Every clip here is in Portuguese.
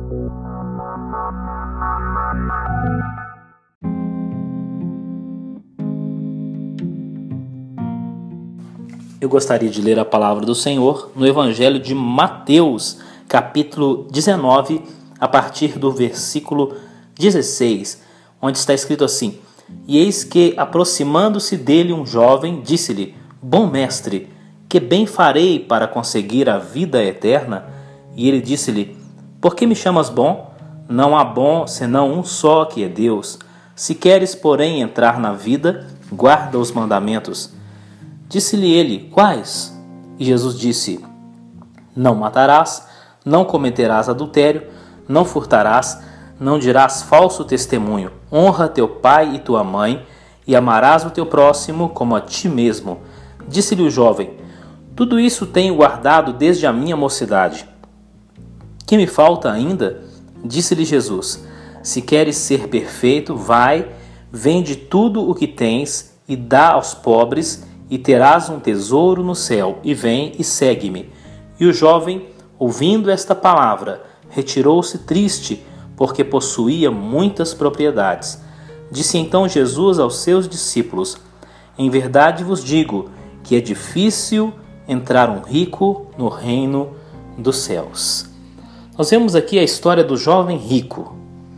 Eu gostaria de ler a palavra do Senhor no Evangelho de Mateus, capítulo 19, a partir do versículo 16, onde está escrito assim: E eis que, aproximando-se dele um jovem, disse-lhe: Bom mestre, que bem farei para conseguir a vida eterna? E ele disse-lhe: Por que me chamas bom? Não há bom senão um só, que é Deus. Se queres, porém, entrar na vida, guarda os mandamentos. Disse-lhe ele: Quais? E Jesus disse: Não matarás, não cometerás adultério, não furtarás, não dirás falso testemunho, honra teu pai e tua mãe, e amarás o teu próximo como a ti mesmo. Disse-lhe o jovem: Tudo isso tenho guardado desde a minha mocidade. Que me falta ainda? Disse-lhe Jesus: Se queres ser perfeito, vai, vende tudo o que tens e dá aos pobres, e terás um tesouro no céu, e vem e segue-me. E o jovem, ouvindo esta palavra, retirou-se triste, porque possuía muitas propriedades. Disse então Jesus aos seus discípulos: Em verdade vos digo que é difícil entrar um rico no reino dos céus. Nós vemos aqui a história do jovem rico.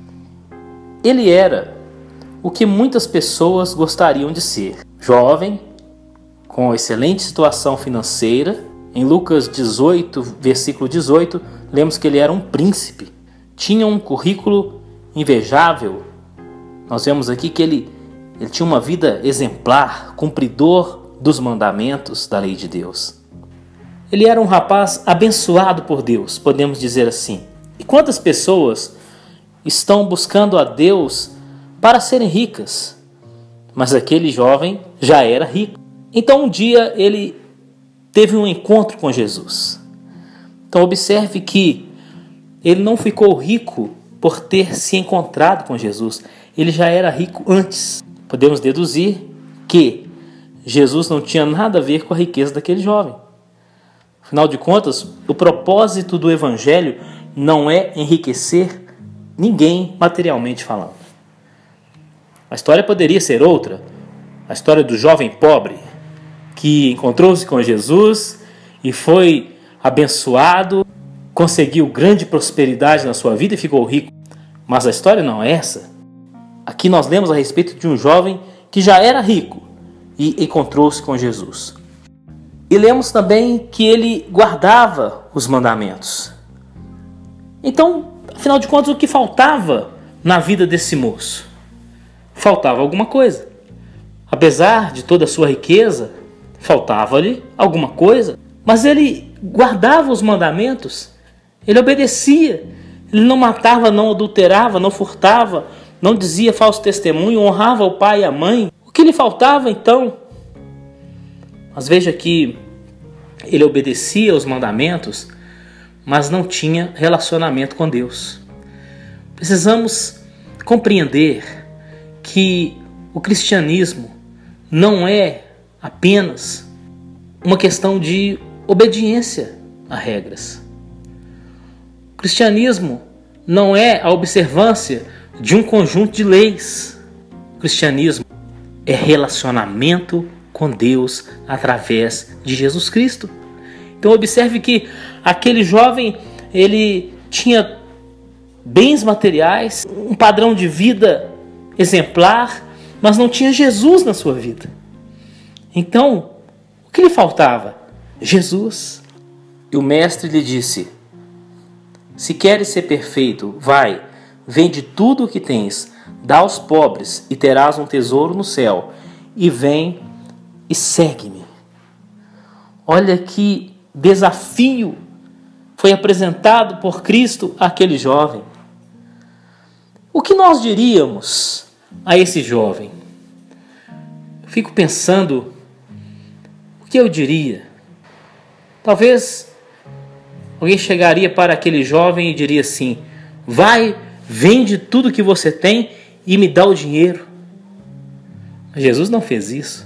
Ele era o que muitas pessoas gostariam de ser: jovem, com excelente situação financeira. Em Lucas 18, versículo 18, lemos que ele era um príncipe. Tinha um currículo invejável. Nós vemos aqui que ele tinha uma vida exemplar, cumpridor dos mandamentos da lei de Deus. Ele era um rapaz abençoado por Deus, podemos dizer assim. E quantas pessoas estão buscando a Deus para serem ricas? Mas aquele jovem já era rico. Então um dia ele teve um encontro com Jesus. Então observe que ele não ficou rico por ter se encontrado com Jesus. Ele já era rico antes. Podemos deduzir que Jesus não tinha nada a ver com a riqueza daquele jovem. Afinal de contas, o propósito do Evangelho não é enriquecer ninguém materialmente falando. A história poderia ser outra. A história do jovem pobre que encontrou-se com Jesus e foi abençoado, conseguiu grande prosperidade na sua vida e ficou rico. Mas a história não é essa. Aqui nós lemos a respeito de um jovem que já era rico e encontrou-se com Jesus. E lemos também que ele guardava os mandamentos. Então, afinal de contas, o que faltava na vida desse moço? Faltava alguma coisa. Apesar de toda a sua riqueza, faltava-lhe alguma coisa. Mas ele guardava os mandamentos. Ele obedecia. Ele não matava, não adulterava, não furtava, não dizia falso testemunho, honrava o pai e a mãe. O que lhe faltava então? Mas veja que ele obedecia aos mandamentos, mas não tinha relacionamento com Deus. Precisamos compreender que o cristianismo não é apenas uma questão de obediência a regras. O cristianismo não é a observância de um conjunto de leis. O cristianismo é relacionamento com Deus através de Jesus Cristo. Então observe que aquele jovem, ele tinha bens materiais, um padrão de vida exemplar, mas não tinha Jesus na sua vida. Então, o que lhe faltava? Jesus. E o mestre lhe disse: Se queres ser perfeito, vai, vende tudo o que tens, dá aos pobres e terás um tesouro no céu, e vem e segue-me. Olha que desafio foi apresentado por Cristo àquele jovem. O que nós diríamos a esse jovem? Eu fico pensando, o que eu diria? Talvez alguém chegaria para aquele jovem e diria assim: vai, vende tudo que você tem e me dá o dinheiro. Mas Jesus não fez isso.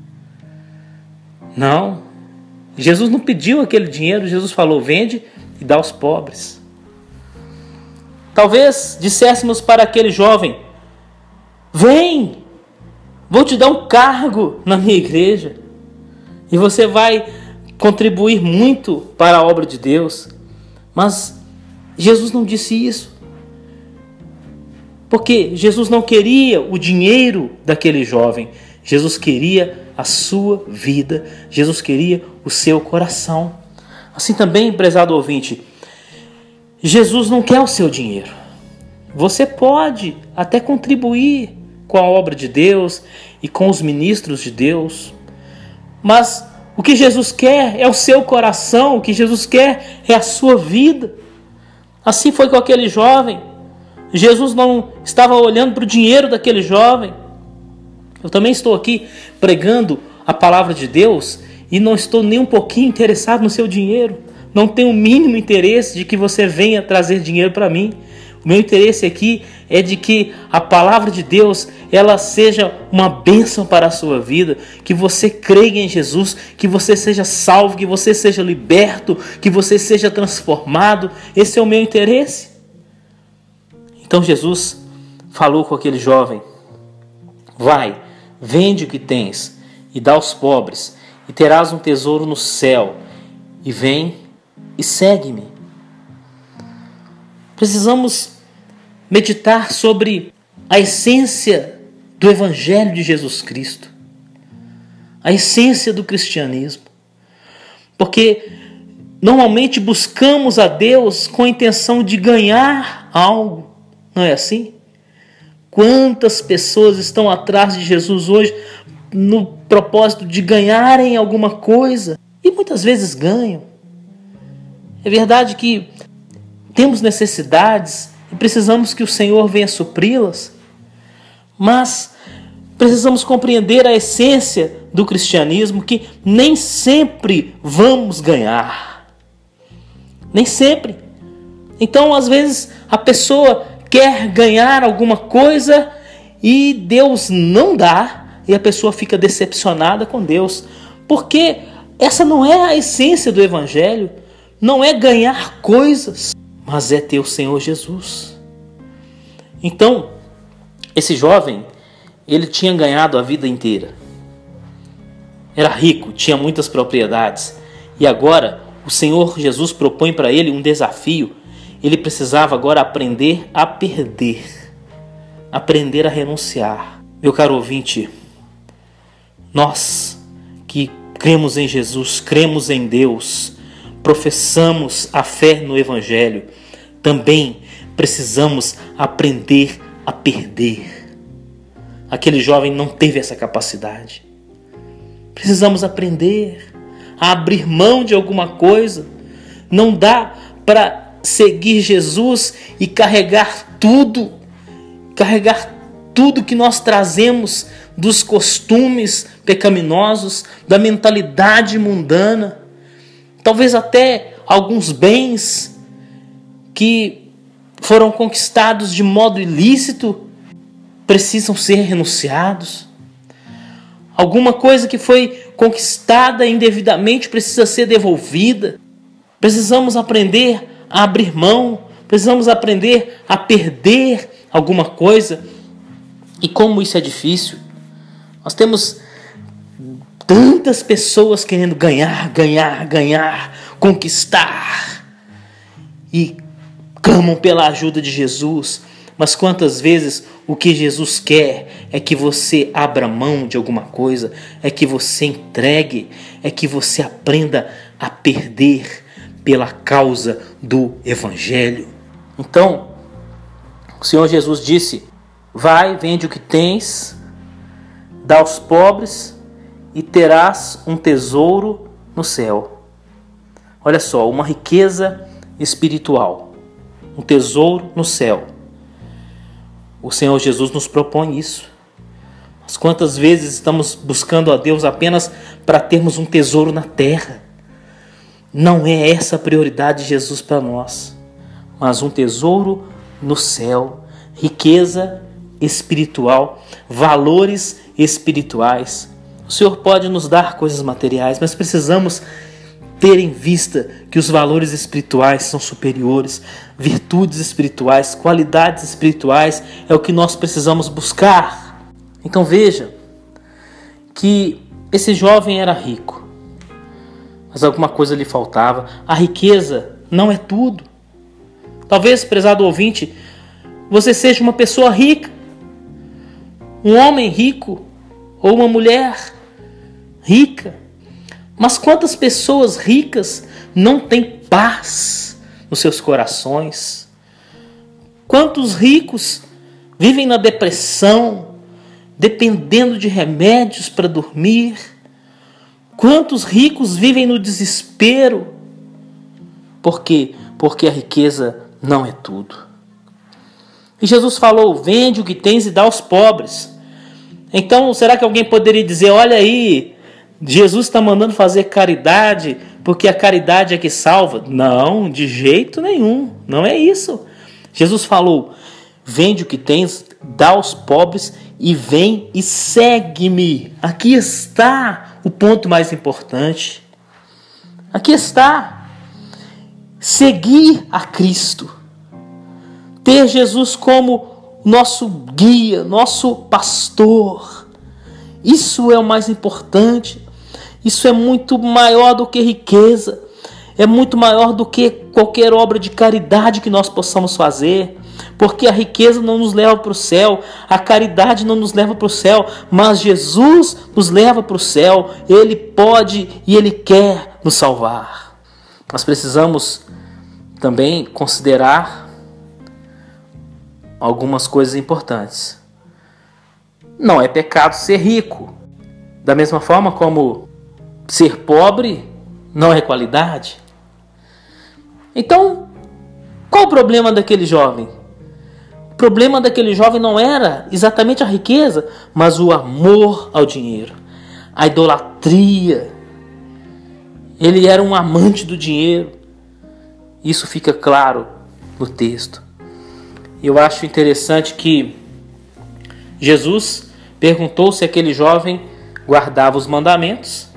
Não. Jesus não pediu aquele dinheiro. Jesus falou: vende e dá aos pobres. Talvez disséssemos para aquele jovem: vem, vou te dar um cargo na minha igreja e você vai contribuir muito para a obra de Deus. Mas Jesus não disse isso, porque Jesus não queria o dinheiro daquele jovem. Jesus queria a sua vida, Jesus queria o seu coração. Assim também, prezado ouvinte, Jesus não quer o seu dinheiro. Você pode até contribuir com a obra de Deus e com os ministros de Deus, mas o que Jesus quer é o seu coração, o que Jesus quer é a sua vida. Assim foi com aquele jovem. Jesus não estava olhando para o dinheiro daquele jovem. Eu também estou aqui pregando a palavra de Deus e não estou nem um pouquinho interessado no seu dinheiro. Não tenho o mínimo interesse de que você venha trazer dinheiro para mim. O meu interesse aqui é de que a palavra de Deus ela seja uma bênção para a sua vida, que você creia em Jesus, que você seja salvo, que você seja liberto, que você seja transformado. Esse é o meu interesse. Então Jesus falou com aquele jovem: vai, vende o que tens e dá aos pobres, e terás um tesouro no céu, e vem e segue-me. Precisamos meditar sobre a essência do Evangelho de Jesus Cristo, a essência do cristianismo, porque normalmente buscamos a Deus com a intenção de ganhar algo, não é assim? Quantas pessoas estão atrás de Jesus hoje no propósito de ganharem alguma coisa e muitas vezes ganham. É verdade que temos necessidades e precisamos que o Senhor venha supri-las, mas precisamos compreender a essência do cristianismo, que nem sempre vamos ganhar. Nem sempre. Então, às vezes, a pessoa quer ganhar alguma coisa e Deus não dá, e a pessoa fica decepcionada com Deus, porque essa não é a essência do Evangelho. Não é ganhar coisas, mas é ter o Senhor Jesus. Então, esse jovem, ele tinha ganhado a vida inteira. Era rico, tinha muitas propriedades. E agora, o Senhor Jesus propõe para ele um desafio. Ele precisava agora aprender a perder. Aprender a renunciar. Meu caro ouvinte, nós que cremos em Jesus, cremos em Deus, professamos a fé no Evangelho, também precisamos aprender a perder. Aquele jovem não teve essa capacidade. Precisamos aprender a abrir mão de alguma coisa. Não dá para seguir Jesus e carregar tudo que nós trazemos dos costumes pecaminosos, da mentalidade mundana. Talvez até alguns bens que foram conquistados de modo ilícito precisam ser renunciados. Alguma coisa que foi conquistada indevidamente precisa ser devolvida. Precisamos aprender a abrir mão. Precisamos aprender a perder alguma coisa. E como isso é difícil. Nós temos tantas pessoas querendo ganhar, conquistar, e clamam pela ajuda de Jesus. Mas quantas vezes o que Jesus quer é que você abra mão de alguma coisa, é que você entregue, é que você aprenda a perder pela causa do Evangelho. Então, o Senhor Jesus disse: vai, vende o que tens, dá aos pobres, e terás um tesouro no céu. Olha só, uma riqueza espiritual, um tesouro no céu. O Senhor Jesus nos propõe isso. Mas quantas vezes estamos buscando a Deus apenas para termos um tesouro na terra? Não é essa a prioridade de Jesus para nós, mas um tesouro no céu, riqueza espiritual, valores espirituais. O Senhor pode nos dar coisas materiais, mas precisamos ter em vista que os valores espirituais são superiores, virtudes espirituais, qualidades espirituais é o que nós precisamos buscar. Então veja que esse jovem era rico, mas alguma coisa lhe faltava. A riqueza não é tudo. Talvez, prezado ouvinte, você seja uma pessoa rica, um homem rico ou uma mulher rica. Mas quantas pessoas ricas não têm paz nos seus corações? Quantos ricos vivem na depressão, dependendo de remédios para dormir? Quantos ricos vivem no desespero? Por quê? Porque a riqueza não é tudo. E Jesus falou: vende o que tens e dá aos pobres. Então, será que alguém poderia dizer: olha aí, Jesus está mandando fazer caridade porque a caridade é que salva? Não, de jeito nenhum, não é isso. Jesus falou: vende o que tens, dá aos pobres e vem e segue-me. Aqui está o ponto mais importante. Aqui está. Seguir a Cristo. Ter Jesus como nosso guia, nosso pastor. Isso é o mais importante. Isso é muito maior do que riqueza. É muito maior do que qualquer obra de caridade que nós possamos fazer. Porque a riqueza não nos leva para o céu, a caridade não nos leva para o céu, mas Jesus nos leva para o céu. Ele pode e Ele quer nos salvar. Nós precisamos também considerar algumas coisas importantes. Não é pecado ser rico, da mesma forma como ser pobre não é qualidade. Então, qual o problema daquele jovem? O problema daquele jovem não era exatamente a riqueza, mas o amor ao dinheiro, a idolatria. Ele era um amante do dinheiro. Isso fica claro no texto. Eu acho interessante que Jesus perguntou se aquele jovem guardava os mandamentos.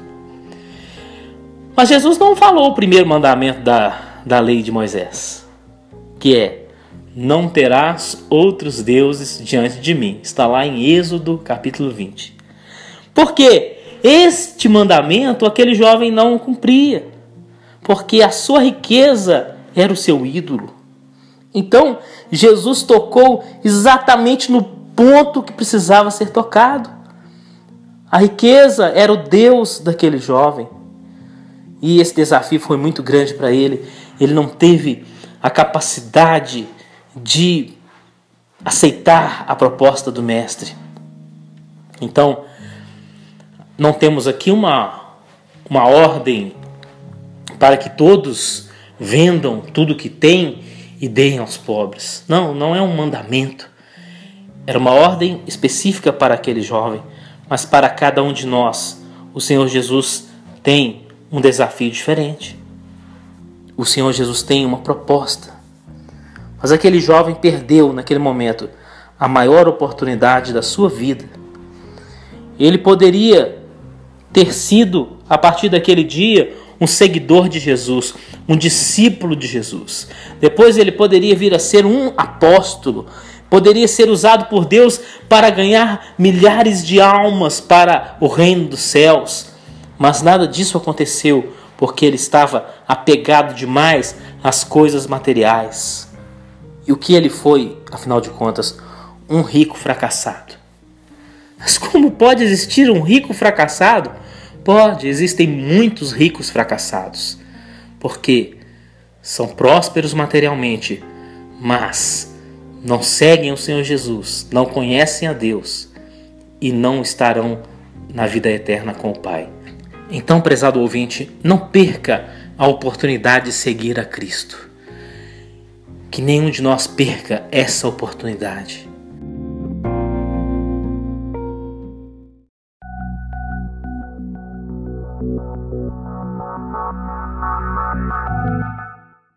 Mas Jesus não falou o primeiro mandamento da lei de Moisés, que é: não terás outros deuses diante de mim. Está lá em Êxodo capítulo 20. Porque este mandamento aquele jovem não cumpria, porque a sua riqueza era o seu ídolo. Então Jesus tocou exatamente no ponto que precisava ser tocado. A riqueza era o Deus daquele jovem. E esse desafio foi muito grande para ele. Ele não teve a capacidade de aceitar a proposta do mestre. Então, não temos aqui uma ordem para que todos vendam tudo que têm e deem aos pobres. Não, não é um mandamento. Era uma ordem específica para aquele jovem, mas para cada um de nós, o Senhor Jesus tem um desafio diferente. O Senhor Jesus tem uma proposta. Mas aquele jovem perdeu naquele momento a maior oportunidade da sua vida. Ele poderia ter sido, a partir daquele dia, um seguidor de Jesus, um discípulo de Jesus. Depois ele poderia vir a ser um apóstolo, poderia ser usado por Deus para ganhar milhares de almas para o reino dos céus. Mas nada disso aconteceu, porque ele estava apegado demais às coisas materiais. E o que ele foi, afinal de contas? Um rico fracassado. Mas como pode existir um rico fracassado? Pode, existem muitos ricos fracassados, porque são prósperos materialmente, mas não seguem o Senhor Jesus, não conhecem a Deus e não estarão na vida eterna com o Pai. Então, prezado ouvinte, não perca a oportunidade de seguir a Cristo. Que nenhum de nós perca essa oportunidade.